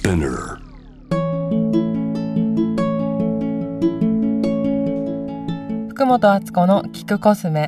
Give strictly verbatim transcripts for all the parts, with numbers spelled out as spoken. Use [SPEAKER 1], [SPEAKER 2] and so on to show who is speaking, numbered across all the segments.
[SPEAKER 1] Spinner.
[SPEAKER 2] 福本敦子の聞くコスメ。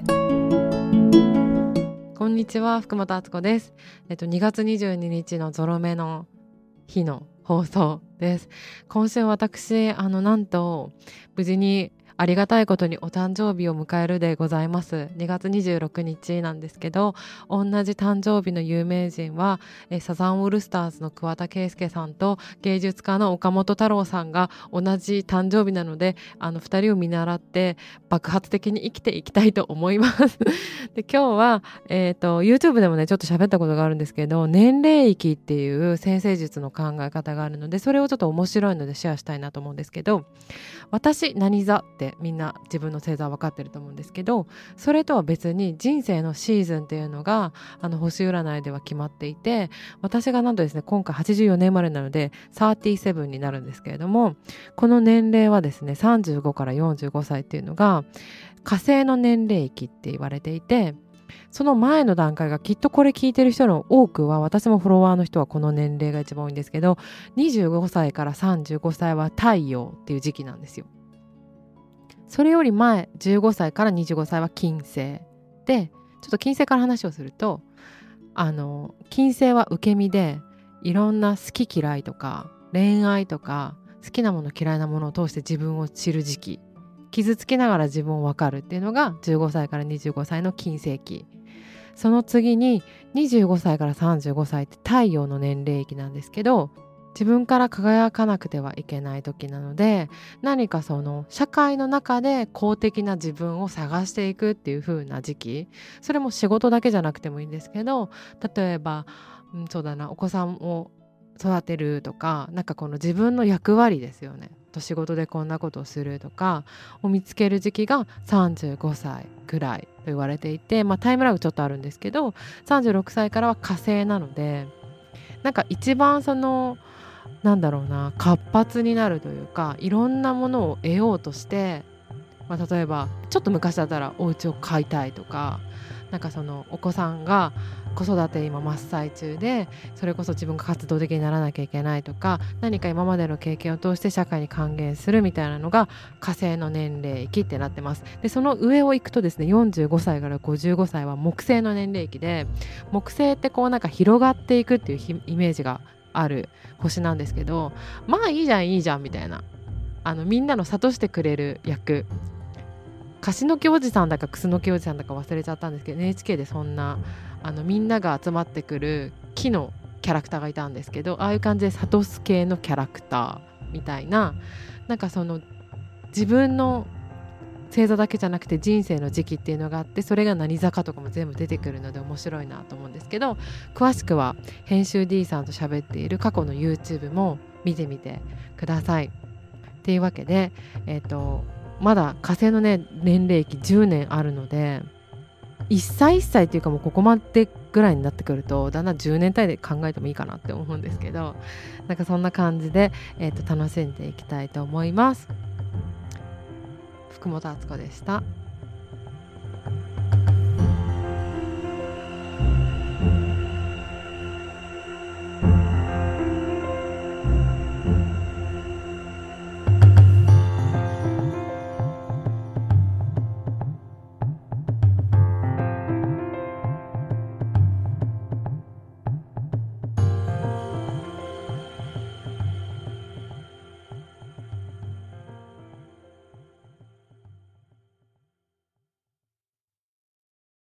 [SPEAKER 2] こんにちは、福本敦子です。えっとにがつにじゅうににちのゾロ目の日の放送です。今週私あのなんと無事にありがたいことにお誕生日を迎えるでございます。にがつにじゅうろくにちなんですけど、同じ誕生日の有名人はえサザンオールスターズの桑田佳祐さんと芸術家の岡本太郎さんが同じ誕生日なので、あのふたりを見習って爆発的に生きていきたいと思いますで今日は、えーと、YouTube でもねちょっと喋ったことがあるんですけど、年齢域っていう先生術の考え方があるので、それをちょっと面白いのでシェアしたいなと思うんですけど、私何座ってみんな自分の星座分かってると思うんですけど、それとは別に人生のシーズンっていうのがあの星占いでは決まっていて、私がなんとですね今回はちじゅうよねん生まれなのでさんじゅうななになるんですけれども、この年齢はですねさんじゅうごからよんじゅうごさいっていうのが火星の年齢期って言われていて、その前の段階がきっとこれ聞いてる人の多くは、私もフォロワーの人はこの年齢が一番多いんですけど、にじゅうごさいからさんじゅうごさいは太陽っていう時期なんですよ。それより前じゅうごさいからにじゅうごさいは金星で、ちょっと金星から話をすると、あの金星は受け身で、いろんな好き嫌いとか恋愛とか好きなもの嫌いなものを通して自分を知る時期、傷つきながら自分を分かるっていうのがじゅうごさいからにじゅうごさいの金星期。その次ににじゅうごさいからさんじゅうごさいって太陽の年齢期なんですけど、自分から輝かなくてはいけない時なので、何かその社会の中で公的な自分を探していくっていう風な時期、それも仕事だけじゃなくてもいいんですけど、例えば、うん、そうだな、お子さんを育てるとか、なんかこの自分の役割ですよね、と仕事でこんなことをするとかを見つける時期がさんじゅうごさいくらいと言われていて、まあタイムラグちょっとあるんですけど、さんじゅうろくさいからは火星なので、なんか一番そのなんだろうな、活発になるというか、いろんなものを得ようとして、まあ、例えばちょっと昔だったらお家を買いたいとか、なんかそのお子さんが子育て今真っ最中で、それこそ自分が活動的にならなきゃいけないとか、何か今までの経験を通して社会に還元するみたいなのが火星の年齢期ってなってます。でその上を行くとですね、よんじゅうごさいからごじゅうごさいは木星の年齢期で、木星ってこうなんか広がっていくっていうイメージがある星なんですけど、まあいいじゃんいいじゃんみたいな、あのみんなの諭してくれる役、樫の木おじさんだかクスの木おじさんだか忘れちゃったんですけど、 エヌエイチケー でそんなあのみんなが集まってくる木のキャラクターがいたんですけど、ああいう感じで諭す系のキャラクターみたいな、なんかその自分の星座だけじゃなくて人生の時期っていうのがあって、それが何座かとかも全部出てくるので面白いなと思うんですけど、詳しくは編集 D さんと喋っている過去の YouTube も見てみてください。っていうわけで、えーと、まだ火星のね年齢期じゅうねんあるので、いっさいいっさいっていうかもうここまでぐらいになってくるとだんだんじゅうねん単位で考えてもいいかなって思うんですけど、なんかそんな感じで、えーと、楽しんでいきたいと思います。福本敦子でした。